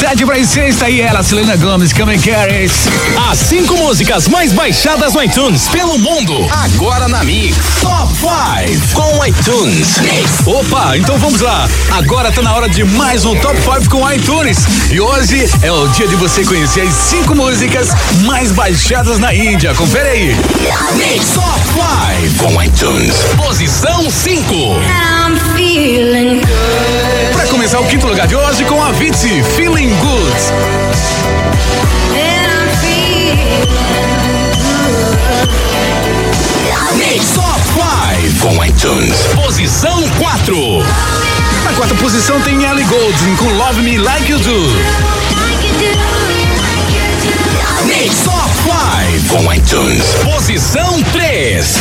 7:06, tá aí ela, Selena Gomez, Come and Carry. As 5 músicas mais baixadas no iTunes pelo mundo. Agora na Mix. Top 5 com iTunes. Opa, então vamos lá. Agora tá na hora de mais um Top 5 com iTunes. E hoje é o dia de você conhecer as 5 músicas mais baixadas na Índia. Confere aí. Mix Top 5 com iTunes. Posição 5. I'm feeling good. Pra começar o 5º lugar de hoje com a Avicii, Feeling Good. I'm feeling good. Mix Top 5 com iTunes. Posição 4. Na 4ª posição tem Ellie Goulding com Love Me Like You Do. Mix Top 5 com iTunes. Posição 3.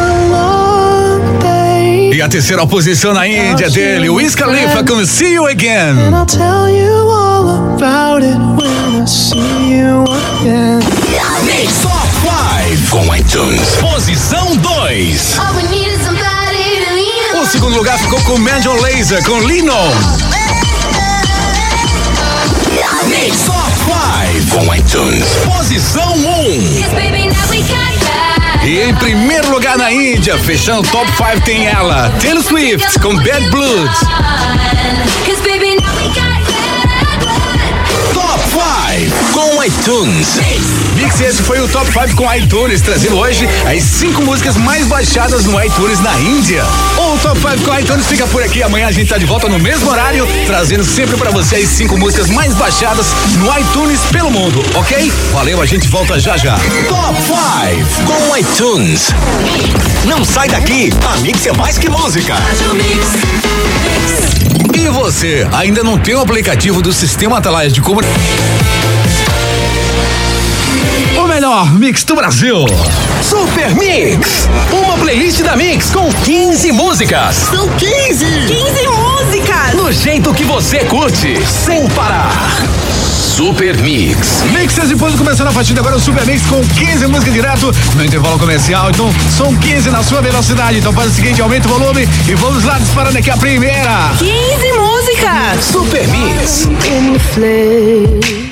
E a 3ª posição na Índia dele, Wiz Khalifa com See You Again. I'll tell you all about it when I see you again. Mix Top 5 com iTunes. Posição 2. All we need is somebody to lean on. O 2º lugar ficou com Major Lazer com Lean On. Mix Top 5 com iTunes. Posição 1. Cause baby, now we got that. E em 1º lugar na Índia, fechando o Top 5 tem ela, Taylor Swift com Bad Blood. Cause baby, now we got that. Top 5 com iTunes. Mix, esse foi o Top 5 com iTunes, trazendo hoje as 5 músicas mais baixadas no iTunes na Índia. O Top 5 com iTunes fica por aqui, amanhã a gente tá de volta no mesmo horário, trazendo sempre pra você as 5 músicas mais baixadas no iTunes pelo mundo, ok? Valeu, a gente volta já já. Top 5 com iTunes. Não sai daqui, a Mix é mais que música. E você, ainda não tem o aplicativo do Sistema Atalaia de Comunicação? O melhor mix do Brasil. Super Mix, uma playlist da Mix com 15 músicas. São 15! 15 músicas! Do jeito que você curte, sem parar. Super Mix. Mixes depois começando a partida agora o Super Mix com 15 músicas direto no intervalo comercial. Então são 15 na sua velocidade. Então faz o seguinte, aumenta o volume e vamos lá disparando aqui a primeira. 15 músicas! Super Mix. In the flesh.